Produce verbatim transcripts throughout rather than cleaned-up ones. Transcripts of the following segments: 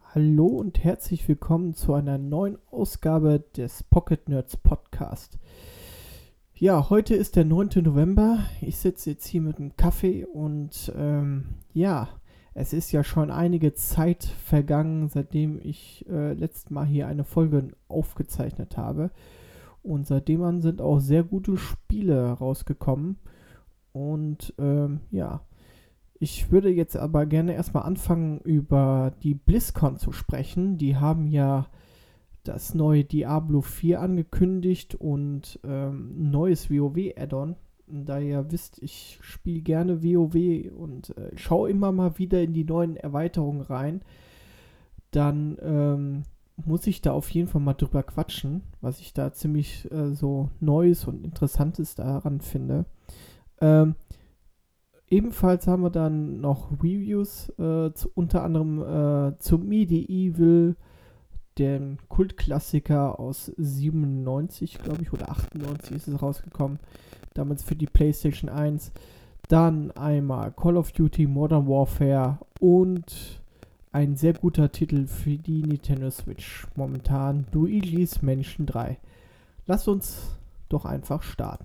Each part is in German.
Hallo und herzlich willkommen zu einer neuen Ausgabe des Pocket Nerds Podcast. Ja, heute ist der neunte November. Ich sitze jetzt hier mit einem Kaffee und ähm, ja, es ist ja schon einige Zeit vergangen, seitdem ich äh, letztes Mal hier eine Folge aufgezeichnet habe. Und seitdem an sind auch sehr gute Spiele rausgekommen. Und ähm, ja, ich würde jetzt aber gerne erstmal anfangen, über die BlizzCon zu sprechen. Die haben ja das neue Diablo vier angekündigt und ähm, ein neues WoW-Add-on. Da ihr ja wisst, ich spiele gerne WoW und äh, schaue immer mal wieder in die neuen Erweiterungen rein. Dann ähm, muss ich da auf jeden Fall mal drüber quatschen, was ich da ziemlich äh, so Neues und Interessantes daran finde. Ähm, Ebenfalls haben wir dann noch Reviews, äh, zu, unter anderem äh, zu Medieval, dem Kultklassiker aus siebenundneunzig, glaube ich, oder achtundneunzig ist es rausgekommen, damals für die PlayStation eins. Dann einmal Call of Duty Modern Warfare und ein sehr guter Titel für die Nintendo Switch momentan, Luigi's Mansion drei. Lasst uns doch einfach starten.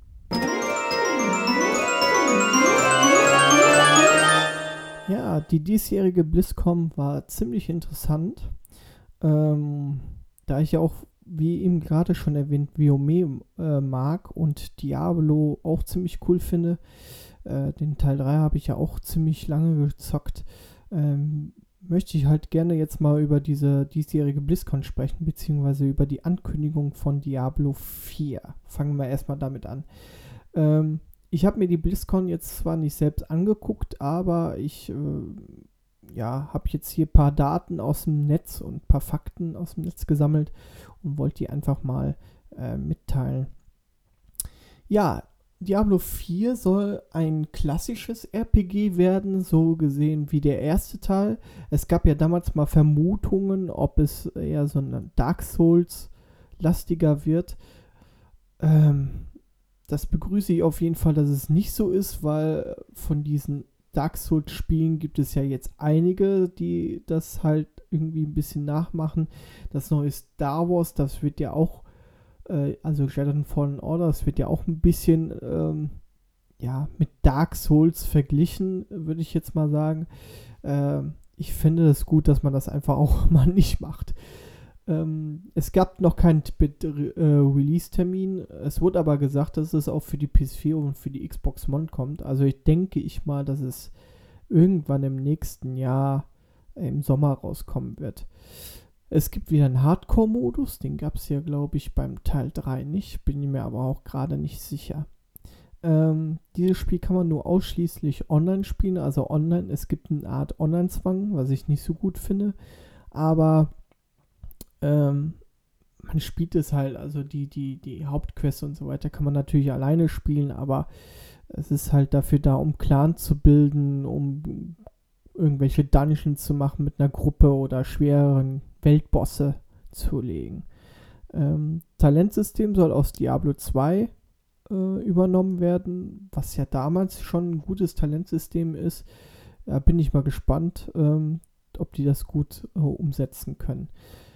Ja, die diesjährige BlizzCon war ziemlich interessant, ähm, da ich ja auch, wie eben gerade schon erwähnt, WoW äh, mag und Diablo auch ziemlich cool finde. Äh, den Teil drei habe ich ja auch ziemlich lange gezockt. Ähm, möchte ich halt gerne jetzt mal über diese diesjährige BlizzCon sprechen, beziehungsweise über die Ankündigung von Diablo vier. Fangen wir erstmal damit an. Ähm, Ich habe mir die BlizzCon jetzt zwar nicht selbst angeguckt, aber ich äh, ja, habe jetzt hier ein paar Daten aus dem Netz und ein paar Fakten aus dem Netz gesammelt und wollte die einfach mal äh, mitteilen. Ja, Diablo vier soll ein klassisches R P G werden, so gesehen wie der erste Teil. Es gab ja damals mal Vermutungen, ob es eher so ein Dark Souls-lastiger wird. Ähm, Das begrüße ich auf jeden Fall, dass es nicht so ist, weil von diesen Dark Souls-Spielen gibt es ja jetzt einige, die das halt irgendwie ein bisschen nachmachen. Das neue Star Wars, das wird ja auch, äh, also Jedi Fallen Order, das wird ja auch ein bisschen, ähm, ja, mit Dark Souls verglichen, würde ich jetzt mal sagen. Ähm, ich finde es gut, dass man das einfach auch mal nicht macht. Ähm, es gab noch keinen äh, Release-Termin. Es wurde aber gesagt, dass es auch für die P S vier und für die Xbox One kommt. Also ich denke ich mal, dass es irgendwann im nächsten Jahr äh, im Sommer rauskommen wird. Es gibt wieder einen Hardcore-Modus. Den gab es ja, glaube ich, beim Teil drei nicht. Bin mir aber auch gerade nicht sicher. Ähm, dieses Spiel kann man nur ausschließlich online spielen. Also online. Es gibt eine Art Online-Zwang, was ich nicht so gut finde. Aber ähm, man spielt es halt, also die, die, die Hauptquests und so weiter kann man natürlich alleine spielen, aber es ist halt dafür da, um Clan zu bilden, um irgendwelche Dungeons zu machen mit einer Gruppe oder schwereren Weltbosse zu legen. Ähm, Talentsystem soll aus Diablo zwei äh, übernommen werden, was ja damals schon ein gutes Talentsystem ist. Da bin ich mal gespannt, ähm, ob die das gut äh, umsetzen können.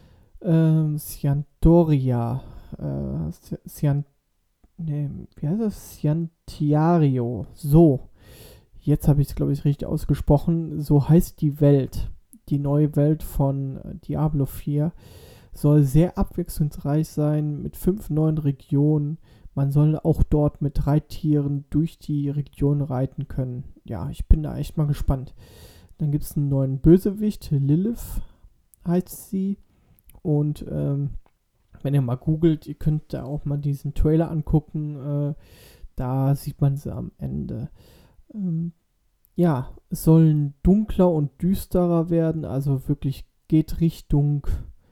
Ähm, Sciantoria. Äh, Scian, nee, wie heißt das? Sciantiario. So. Jetzt habe ich es, glaube ich, richtig ausgesprochen. So heißt die Welt. Die neue Welt von Diablo vier soll sehr abwechslungsreich sein mit fünf neuen Regionen. Man soll auch dort mit Reittieren durch die Region reiten können. Ja, ich bin da echt mal gespannt. Dann gibt es einen neuen Bösewicht. Lilith heißt sie. Und ähm, wenn ihr mal googelt, ihr könnt da auch mal diesen Trailer angucken. Äh, da sieht man sie am Ende. Ähm, ja, es soll dunkler und düsterer werden. Also wirklich geht Richtung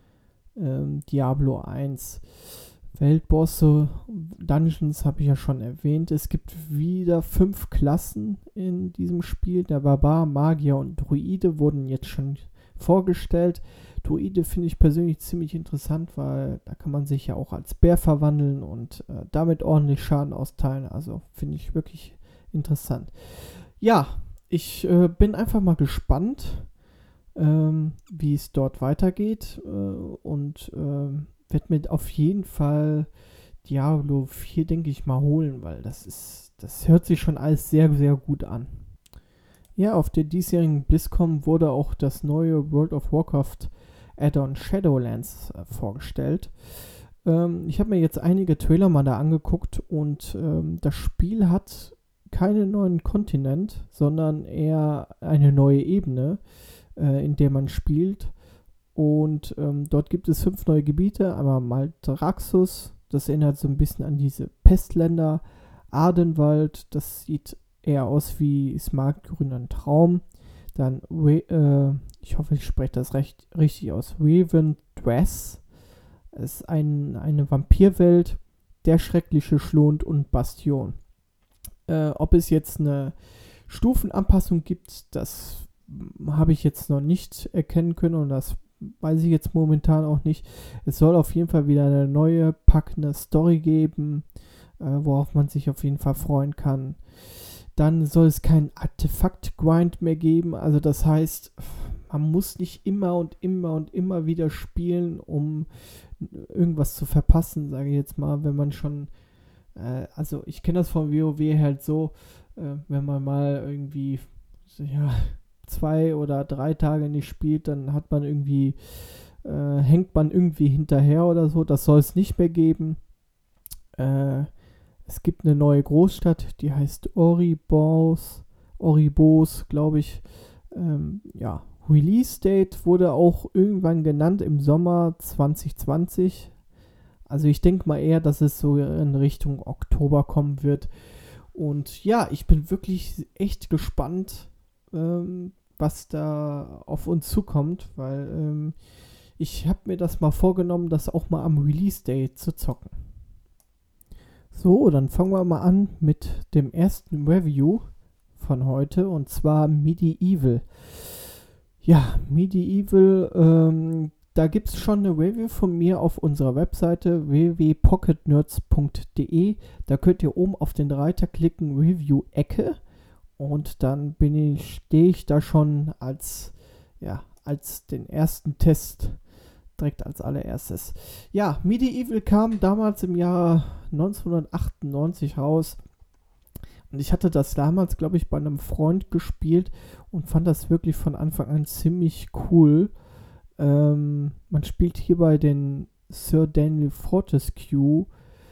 ähm, Diablo eins. Weltbosse, Dungeons habe ich ja schon erwähnt. Es gibt wieder fünf Klassen in diesem Spiel. Der Barbar, Magier und Druide wurden jetzt schon vorgestellt. Druide finde ich persönlich ziemlich interessant, weil da kann man sich ja auch als Bär verwandeln und äh, damit ordentlich Schaden austeilen. Also finde ich wirklich interessant. Ja, ich äh, bin einfach mal gespannt, ähm, ähm, wie es dort weitergeht äh, und ähm, werde mir auf jeden Fall Diablo vier, denke ich mal, holen, weil das ist, das hört sich schon alles sehr, sehr gut an. Ja, auf der diesjährigen BlizzCon wurde auch das neue World of Warcraft Add-on Shadowlands äh, vorgestellt. Ähm, ich habe mir jetzt einige Trailer mal da angeguckt und ähm, das Spiel hat keinen neuen Kontinent, sondern eher eine neue Ebene, äh, in der man spielt. Und ähm, dort gibt es fünf neue Gebiete. Einmal Maltraxus, das erinnert so ein bisschen an diese Pestländer. Ardenwald, das sieht eher aus wie Smaragdgrüner Traum. Dann, äh, ich hoffe, ich spreche das recht, richtig aus, Revendreth. Es ist ein, eine Vampirwelt, der schreckliche Schlund und Bastion. Äh, ob es jetzt eine Stufenanpassung gibt, das habe ich jetzt noch nicht erkennen können und das weiß ich jetzt momentan auch nicht. Es soll auf jeden Fall wieder eine neue, packende Story geben, äh, worauf man sich auf jeden Fall freuen kann. Dann soll es keinen Artefakt-Grind mehr geben, also das heißt, man muss nicht immer und immer und immer wieder spielen, um irgendwas zu verpassen, sage ich jetzt mal, wenn man schon, äh, also ich kenne das von WoW halt so, äh, wenn man mal irgendwie, ja, zwei oder drei Tage nicht spielt, dann hat man irgendwie, äh, hängt man irgendwie hinterher oder so, das soll es nicht mehr geben. Äh, es gibt eine neue Großstadt, die heißt Oribos, Oribos, glaube ich, ähm, ja, Release Date wurde auch irgendwann genannt im Sommer zwanzig zwanzig. Also ich denke mal eher, dass es so in Richtung Oktober kommen wird. Und ja, ich bin wirklich echt gespannt, ähm, was da auf uns zukommt, weil ähm, ich habe mir das mal vorgenommen, das auch mal am Release Date zu zocken. So, dann fangen wir mal an mit dem ersten Review von heute und zwar Medieval. Ja, Medieval, ähm, da gibt es schon eine Review von mir auf unserer Webseite w w w punkt pocket nerds punkt d e. Da könnt ihr oben auf den Reiter klicken, Review-Ecke. Und dann bin ich, stehe ich da schon als, ja, als den ersten Test direkt als allererstes. Ja, Medieval kam damals im Jahr neunzehnhundertachtundneunzig raus. Und ich hatte das damals, glaube ich, bei einem Freund gespielt und fand das wirklich von Anfang an ziemlich cool. Ähm, man spielt hierbei den Sir Daniel Fortescue,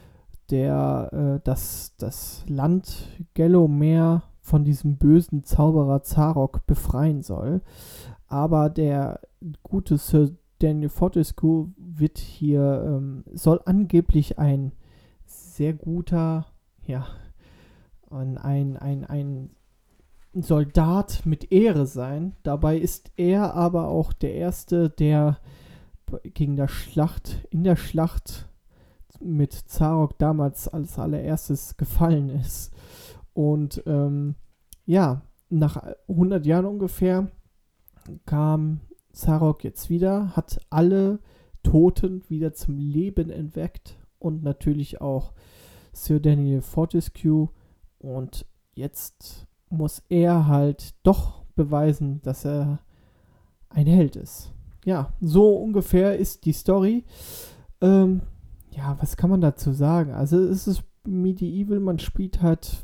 der äh, das, das Land Gallowmere von diesem bösen Zauberer Zarok befreien soll. Aber der gute Sir Daniel Fortescue wird hier, ähm, soll angeblich ein sehr guter, ja, ein, ein, ein, ein Soldat mit Ehre sein. Dabei ist er aber auch der Erste, der gegen der Schlacht, in der Schlacht mit Zarok damals als allererstes gefallen ist. Und ähm, ja, nach hundert Jahren ungefähr kam Zarok jetzt wieder, hat alle Toten wieder zum Leben erweckt und natürlich auch Sir Daniel Fortescue. Und jetzt muss er halt doch beweisen, dass er ein Held ist. Ja, so ungefähr ist die Story. Ähm, ja, was kann man dazu sagen? Also es ist Medieval, man spielt halt,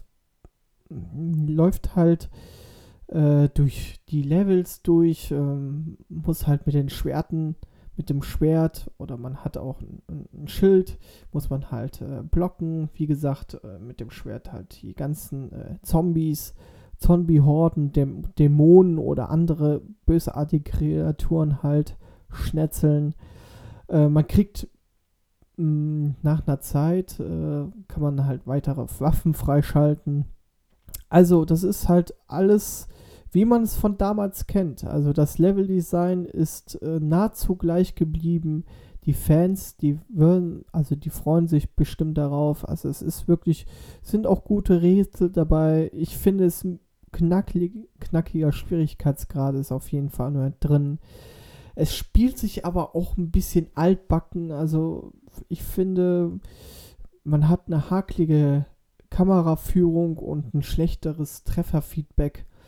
läuft halt äh, durch die Levels durch, ähm, muss halt mit den Schwerten, mit dem Schwert oder man hat auch ein, ein Schild, muss man halt äh, blocken. Wie gesagt, äh, mit dem Schwert halt die ganzen äh, Zombies, Zombie-Horden, Däm- Dämonen oder andere bösartige Kreaturen halt schnetzeln. Äh, man kriegt mh, nach einer Zeit, äh, kann man halt weitere Waffen freischalten. Also das ist halt alles, wie man es von damals kennt. Also das Leveldesign ist äh, nahezu gleich geblieben. Die Fans, die würden, also die freuen sich bestimmt darauf. Also es ist wirklich, sind auch gute Rätsel dabei. Ich finde es knackig, knackiger Schwierigkeitsgrad ist auf jeden Fall nur drin. Es spielt sich aber auch ein bisschen altbacken. Also ich finde, man hat eine hakelige Kameraführung und ein schlechteres Trefferfeedback.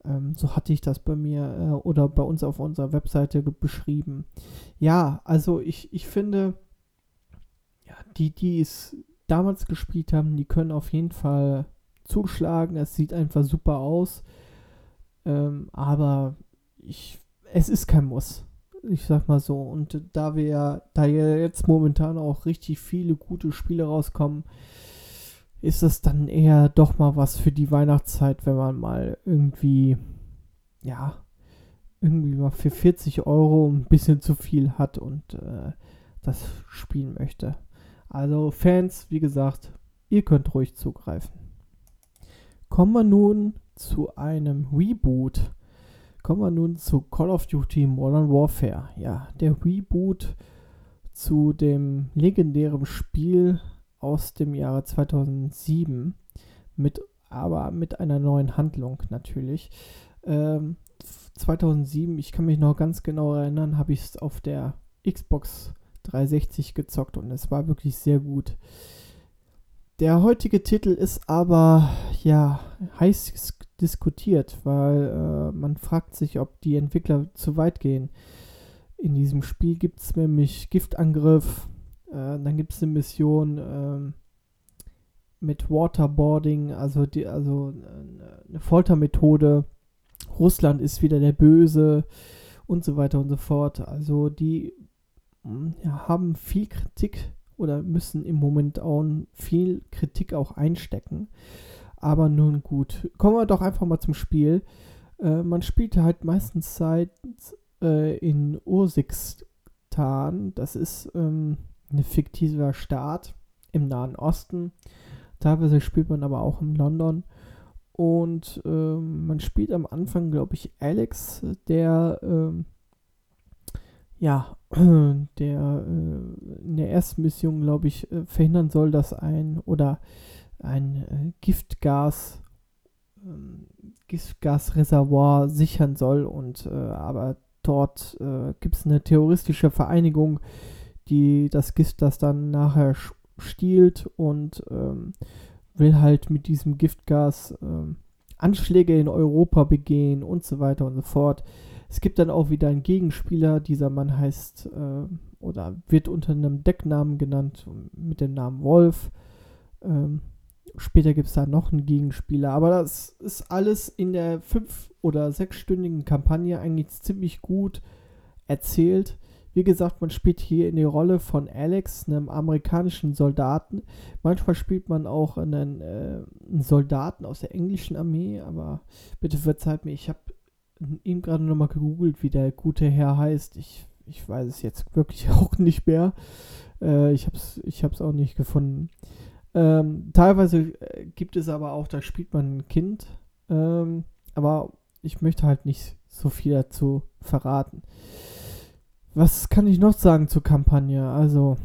Ähm, so hatte ich das bei mir äh, oder bei uns auf unserer Webseite ge- beschrieben. Ja, also ich, ich finde, ja, die, die es damals gespielt haben, die können auf jeden Fall zuschlagen. Es sieht einfach super aus. Ähm, aber ich, es ist kein Muss. Ich sag mal so. Und da wir ja, da ja jetzt momentan auch richtig viele gute Spiele rauskommen, ist es dann eher doch mal was für die Weihnachtszeit, wenn man mal irgendwie, ja, irgendwie mal für vierzig Euro ein bisschen zu viel hat und äh, das spielen möchte. Also Fans, wie gesagt, ihr könnt ruhig zugreifen. Kommen wir nun zu einem Reboot. Kommen wir nun zu Call of Duty Modern Warfare. Ja, der Reboot zu dem legendären Spiel aus dem Jahre zweitausendsieben, mit, aber mit einer neuen Handlung natürlich. Ähm, zweitausendsieben, ich kann mich noch ganz genau erinnern, habe ich es auf der Xbox dreihundertsechzig gezockt und es war wirklich sehr gut. Der heutige Titel ist aber, ja, heiß diskutiert, weil äh, man fragt sich, ob die Entwickler zu weit gehen. In diesem Spiel gibt es nämlich Giftangriff, äh, dann gibt es eine Mission ähm, mit Waterboarding, also, die, also äh, eine Foltermethode. Russland ist wieder der Böse und so weiter und so fort. Also die mh, ja, haben viel Kritik oder müssen im Moment auch viel Kritik auch einstecken. Aber nun gut, kommen wir doch einfach mal zum Spiel. Äh, man spielt halt meistens Zeit äh, in Urzikstan. Das ist ähm, ein fiktiver Staat im Nahen Osten. Teilweise spielt man aber auch in London. Und ähm, man spielt am Anfang, glaube ich, Alex, der ähm, ja, der äh, in der ersten Mission, glaube ich, äh, verhindern soll, dass ein oder ein äh, Giftgas ähm, Giftgasreservoir sichern soll und äh, aber dort äh, gibt es eine terroristische Vereinigung, die das Gift das dann nachher stiehlt und ähm, will halt mit diesem Giftgas ähm, Anschläge in Europa begehen und so weiter und so fort. Es gibt dann auch wieder einen Gegenspieler, dieser Mann heißt äh, oder wird unter einem Decknamen genannt mit dem Namen Wolf. Ähm, später gibt es da noch einen Gegenspieler, aber das ist alles in der fünf- oder sechsstündigen Kampagne eigentlich ziemlich gut erzählt. Wie gesagt, man spielt hier in die Rolle von Alex, einem amerikanischen Soldaten. Manchmal spielt man auch einen, äh, einen Soldaten aus der englischen Armee, aber bitte verzeiht mir, ich habe eben gerade nochmal gegoogelt, wie der gute Herr heißt. Ich, ich weiß es jetzt wirklich auch nicht mehr. Äh, ich habe es ich hab's auch nicht gefunden. Ähm, teilweise äh, gibt es aber auch, da spielt man ein Kind. Ähm, aber ich möchte halt nicht so viel dazu verraten. Was kann ich noch sagen zur Kampagne? Also,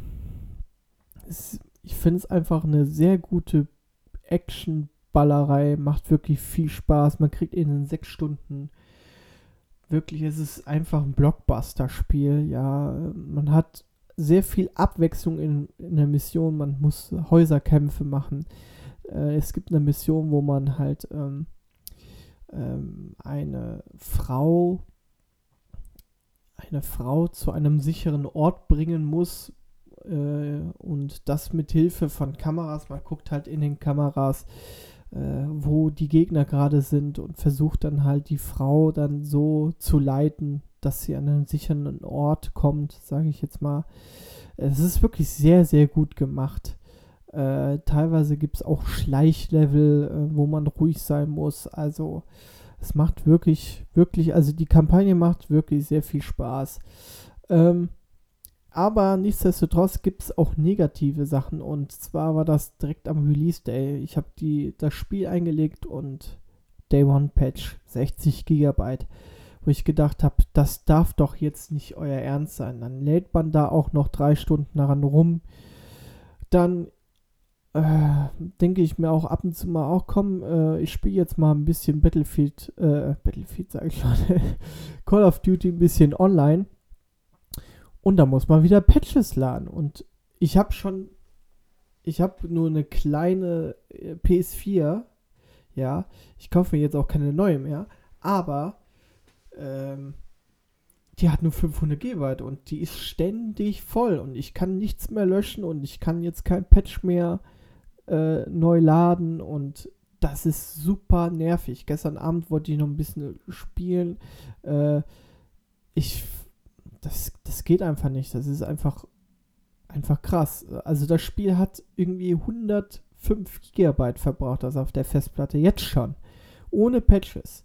es, ich finde es einfach eine sehr gute Action-Ballerei. Macht wirklich viel Spaß. Man kriegt in den sechs Stunden wirklich, es ist einfach ein Blockbuster-Spiel. Ja, man hat sehr viel Abwechslung in, in der Mission. Man muss Häuserkämpfe machen. Äh, es gibt eine Mission, wo man halt ähm, ähm, eine Frau eine Frau zu einem sicheren Ort bringen muss äh, und das mit Hilfe von Kameras. Man guckt halt in den Kameras, äh, wo die Gegner gerade sind und versucht dann halt die Frau dann so zu leiten, dass sie an einen sicheren Ort kommt, sage ich jetzt mal. Es ist wirklich sehr, sehr gut gemacht. Äh, teilweise gibt es auch Schleichlevel, äh, wo man ruhig sein muss. Also es macht wirklich, wirklich, also die Kampagne macht wirklich sehr viel Spaß. Ähm, aber nichtsdestotrotz gibt es auch negative Sachen und zwar war das direkt am Release Day. Ich habe das Spiel eingelegt und Day One Patch sechzig Gigabyte, wo ich gedacht habe, das darf doch jetzt nicht euer Ernst sein. Dann lädt man da auch noch drei Stunden daran rum. Dann äh, denke ich mir auch ab und zu mal auch, komm, äh, ich spiele jetzt mal ein bisschen Battlefield, äh, Battlefield sage ich schon, Call of Duty ein bisschen online und da muss man wieder Patches laden und ich habe schon, ich habe nur eine kleine äh, P S vier, ja, ich kaufe mir jetzt auch keine neue mehr, Aber ähm, die hat nur fünfhundert Gigabyte und die ist ständig voll und ich kann nichts mehr löschen und ich kann jetzt kein Patch mehr äh, neu laden und das ist super nervig. Gestern Abend wollte ich noch ein bisschen spielen. Äh, ich, das, das geht einfach nicht. Das ist einfach, einfach krass. Also das Spiel hat irgendwie hundertfünf Gigabyte verbraucht, also auf der Festplatte jetzt schon. Ohne Patches.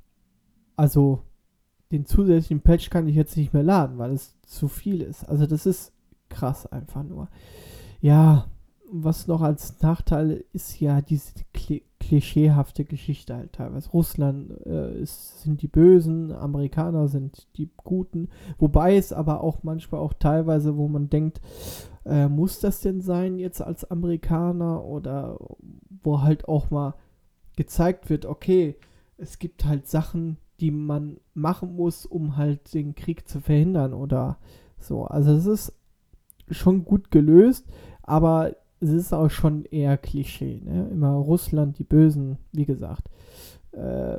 Also den zusätzlichen Patch kann ich jetzt nicht mehr laden, weil es zu viel ist. Also das ist krass einfach nur. Ja, was noch als Nachteil ist ja diese Kli klischeehafte Geschichte halt teilweise. Russland äh, ist, sind die Bösen, Amerikaner sind die Guten. Wobei es aber auch manchmal auch teilweise, wo man denkt, äh, muss das denn sein jetzt als Amerikaner? Oder wo halt auch mal gezeigt wird, okay, es gibt halt Sachen, die man machen muss, um halt den Krieg zu verhindern oder so. Also es ist schon gut gelöst, aber es ist auch schon eher Klischee, ne? Immer Russland, die Bösen, wie gesagt. Äh,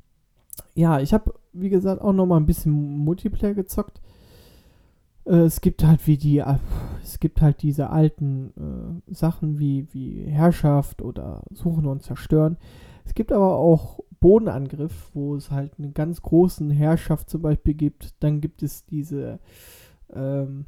ja, ich habe, wie gesagt, auch noch mal ein bisschen Multiplayer gezockt. Äh, es gibt halt wie die, äh, es gibt halt diese alten äh, Sachen wie, wie Herrschaft oder Suchen und Zerstören. Es gibt aber auch Bodenangriff, wo es halt einen ganz großen Herrschaft zum Beispiel gibt. Dann gibt es diese ähm,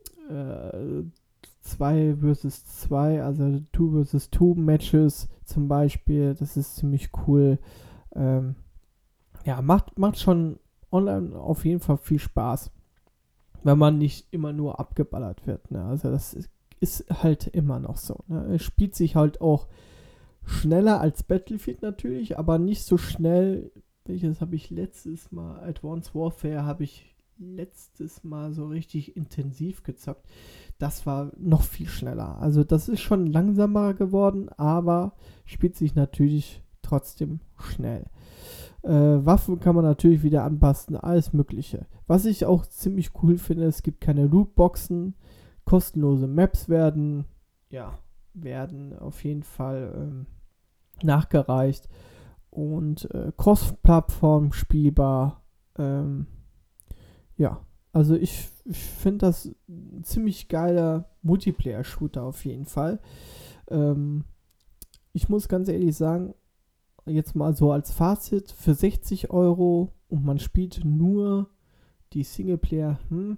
äh, zwei versus zwei, also zwei versus zwei Matches zum Beispiel. Das ist ziemlich cool. Ähm, ja, macht, macht schon online auf jeden Fall viel Spaß, wenn man nicht immer nur abgeballert wird. Ne? Also das ist, ist halt immer noch so. Ne? Es spielt sich halt auch schneller als Battlefield natürlich, aber nicht so schnell. Welches habe ich letztes Mal? Advanced Warfare habe ich letztes Mal so richtig intensiv gezockt. Das war noch viel schneller. Also das ist schon langsamer geworden, aber spielt sich natürlich trotzdem schnell. Äh, Waffen kann man natürlich wieder anpassen, alles Mögliche. Was ich auch ziemlich cool finde, es gibt keine Lootboxen, kostenlose Maps werden, ja, werden auf jeden Fall ähm, nachgereicht und äh, Cross-Plattform spielbar. Ähm, ja, also ich, ich finde das ein ziemlich geiler Multiplayer-Shooter auf jeden Fall. Ähm, ich muss ganz ehrlich sagen, jetzt mal so als Fazit, für sechzig Euro und man spielt nur die Singleplayer, hm,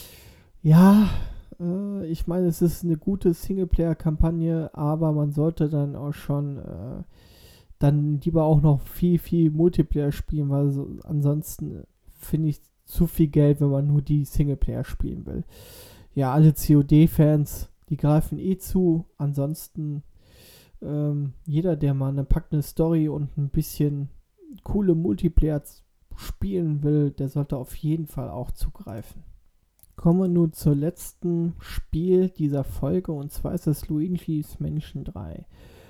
ja, äh, ich meine, es ist eine gute Singleplayer-Kampagne, aber man sollte dann auch schon äh, dann lieber auch noch viel, viel Multiplayer spielen, weil so, ansonsten finde ich zu viel Geld, wenn man nur die Singleplayer spielen will. Ja, alle C O D-Fans, die greifen eh zu, ansonsten ähm, jeder, der mal eine packende Story und ein bisschen coole Multiplayer spielen will, der sollte auf jeden Fall auch zugreifen. Kommen wir nun zum letzten Spiel dieser Folge und zwar ist das Luigi's Mansion drei.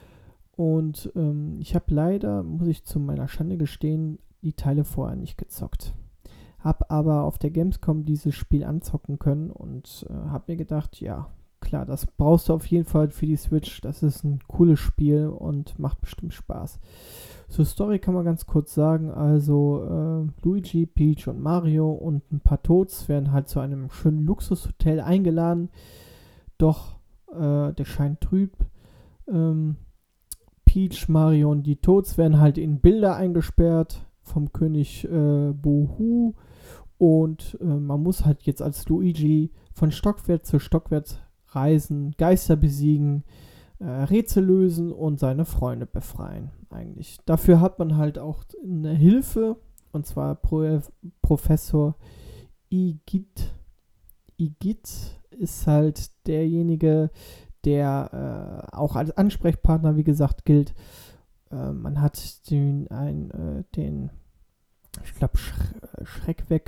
Und ähm, ich habe leider, muss ich zu meiner Schande gestehen, die Teile vorher nicht gezockt. Hab aber auf der Gamescom dieses Spiel anzocken können und äh, habe mir gedacht, ja, klar, das brauchst du auf jeden Fall für die Switch. Das ist ein cooles Spiel und macht bestimmt Spaß. Zur Story kann man ganz kurz sagen, also äh, Luigi, Peach und Mario und ein paar Toads werden halt zu einem schönen Luxushotel eingeladen. Doch äh, der scheint trüb. Ähm, Peach, Mario und die Toads werden halt in Bilder eingesperrt vom König äh, Bohu. Und äh, man muss halt jetzt als Luigi von Stockwerk zu Stockwerk reisen, Geister besiegen, äh, Rätsel lösen und seine Freunde befreien eigentlich. Dafür hat man halt auch eine Hilfe, und zwar Pro- Professor Igit. Igit ist halt derjenige, der äh, auch als Ansprechpartner, wie gesagt, gilt. Äh, man hat den, ein, äh, den ich glaube, Sch- Schreck weg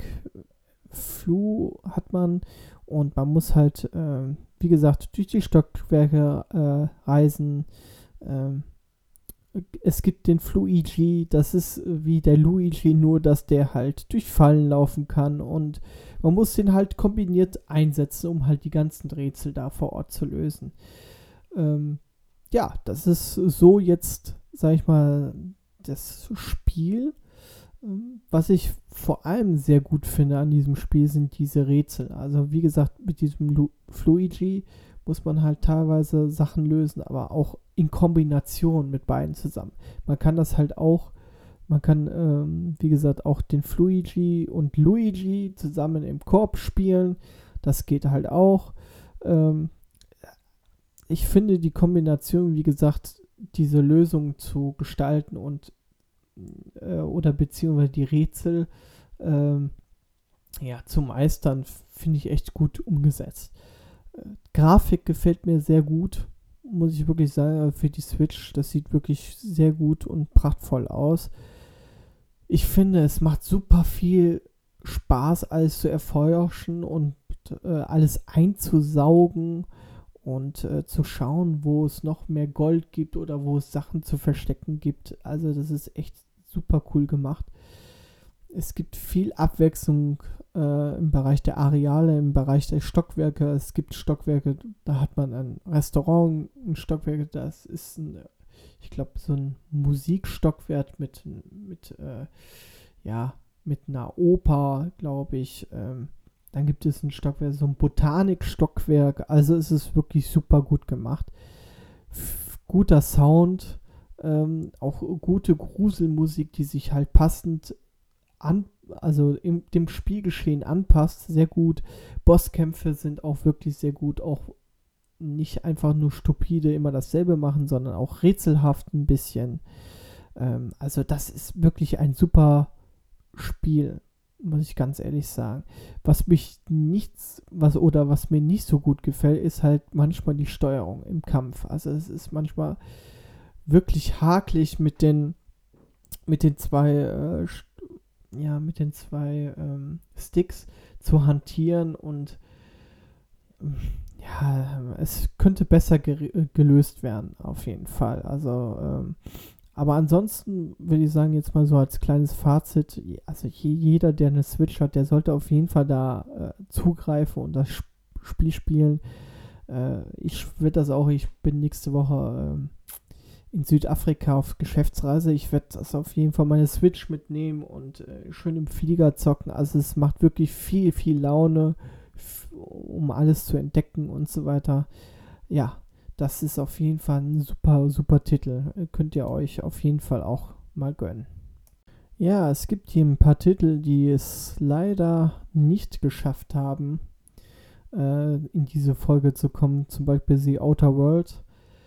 Flu hat man und man muss halt, äh, wie gesagt, durch die Stockwerke äh, reisen. Ähm, es gibt den Fluigi, das ist wie der Luigi, nur dass der halt durch Fallen laufen kann und man muss den halt kombiniert einsetzen, um halt die ganzen Rätsel da vor Ort zu lösen. Ähm, ja, das ist so jetzt, sag ich mal, das Spiel. Ähm, Was ich vor allem sehr gut finde an diesem Spiel sind diese Rätsel. Also wie gesagt, mit diesem Lu Fluigi muss man halt teilweise Sachen lösen, aber auch in Kombination mit beiden zusammen. Man kann das halt auch, man kann, ähm, wie gesagt, auch den Fluigi und Luigi zusammen im Korb spielen. Das geht halt auch. Ähm, Ich finde die Kombination, wie gesagt, diese Lösung zu gestalten und äh, oder beziehungsweise die Rätsel ähm, ja, zu meistern, finde ich echt gut umgesetzt. Äh, Grafik gefällt mir sehr gut, muss ich wirklich sagen, für die Switch. Das sieht wirklich sehr gut und prachtvoll aus. Ich finde, es macht super viel Spaß, alles zu erforschen und äh, alles einzusaugen und äh, zu schauen, wo es noch mehr Gold gibt oder wo es Sachen zu verstecken gibt. Also das ist echt super cool gemacht. Es gibt viel Abwechslung äh, im Bereich der Areale, im Bereich der Stockwerke. Es gibt Stockwerke, da hat man ein Restaurant, ein Stockwerk, das ist ein, ich glaube, so ein Musikstockwerk mit, mit äh, ja, mit einer Oper, glaube ich. Ähm, dann gibt es ein Stockwerk, so ein Botanikstockwerk. Also es ist wirklich super gut gemacht. F- guter Sound, ähm, auch gute Gruselmusik, die sich halt passend an, also im, dem Spielgeschehen anpasst, sehr gut. Bosskämpfe sind auch wirklich sehr gut, auch nicht einfach nur stupide immer dasselbe machen, sondern auch rätselhaft ein bisschen. Ähm, also das ist wirklich ein super Spiel, muss ich ganz ehrlich sagen. Was mich nichts, was oder was mir nicht so gut gefällt, ist halt manchmal die Steuerung im Kampf. Also es ist manchmal wirklich hakelig mit den mit den zwei äh, ja, mit den zwei ähm, Sticks zu hantieren und ähm, ja, es könnte besser ge gelöst werden, auf jeden Fall. Also, ähm, aber ansonsten würde ich sagen, jetzt mal so als kleines Fazit, also jeder, der eine Switch hat, der sollte auf jeden Fall da äh, zugreifen und das Spiel spielen. Äh, ich werde das auch, ich bin nächste Woche äh, in Südafrika auf Geschäftsreise. Ich werde das auf jeden Fall meine Switch mitnehmen und äh, schön im Flieger zocken. Also es macht wirklich viel, viel Laune, um alles zu entdecken und so weiter. Ja, das ist auf jeden Fall ein super, super Titel. Könnt ihr euch auf jeden Fall auch mal gönnen. Ja, es gibt hier ein paar Titel, die es leider nicht geschafft haben, äh, in diese Folge zu kommen. Zum Beispiel The Outer World.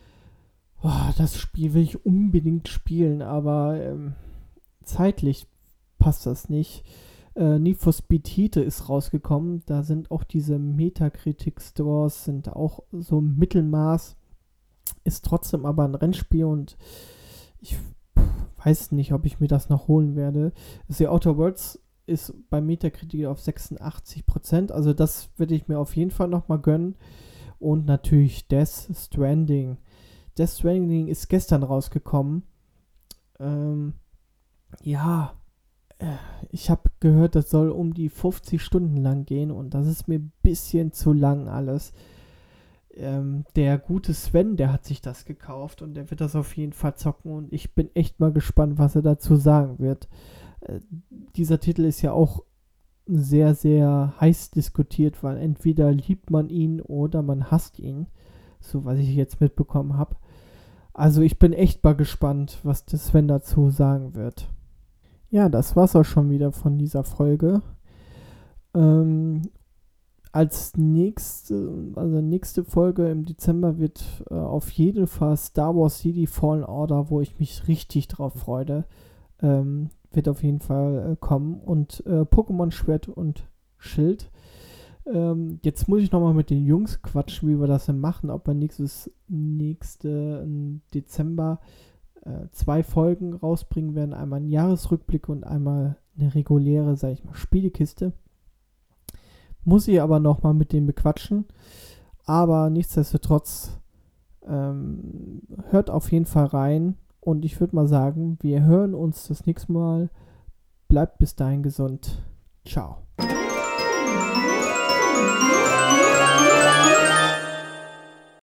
Oh, das Spiel will ich unbedingt spielen, aber ähm, zeitlich passt das nicht. Äh, Need for Speed Heat ist rausgekommen. Da sind auch diese Metacritic-Stores sind auch so im Mittelmaß. Ist trotzdem aber ein Rennspiel und ich weiß nicht, ob ich mir das noch holen werde. The Outer Worlds ist bei Metacritic auf sechsundachtzig Prozent. Also das werde ich mir auf jeden Fall nochmal gönnen. Und natürlich Death Stranding. Death Stranding ist gestern rausgekommen. Ähm, ja, äh, ich habe gehört, das soll um die fünfzig Stunden lang gehen und das ist mir ein bisschen zu lang alles. Ähm, der gute Sven, der hat sich das gekauft und der wird das auf jeden Fall zocken und ich bin echt mal gespannt, was er dazu sagen wird. Äh, dieser Titel ist ja auch sehr, sehr heiß diskutiert, weil entweder liebt man ihn oder man hasst ihn, so was ich jetzt mitbekommen habe. Also ich bin echt mal gespannt, was der Sven dazu sagen wird. Ja, das war's auch schon wieder von dieser Folge. Ähm, als nächste, also nächste Folge im Dezember wird äh, auf jeden Fall Star Wars Jedi Fallen Order, wo ich mich richtig drauf freue, ähm, wird auf jeden Fall äh, kommen. Und äh, Pokémon Schwert und Schild. Ähm, jetzt muss ich nochmal mit den Jungs quatschen, wie wir das denn machen, ob wir nächstes, nächste Dezember äh, zwei Folgen rausbringen werden. Einmal einen Jahresrückblick und einmal eine reguläre, sag ich mal, Spielekiste. Muss ich aber nochmal mit denen bequatschen. Aber nichtsdestotrotz ähm, hört auf jeden Fall rein. Und ich würde mal sagen, wir hören uns das nächste Mal. Bleibt bis dahin gesund. Ciao.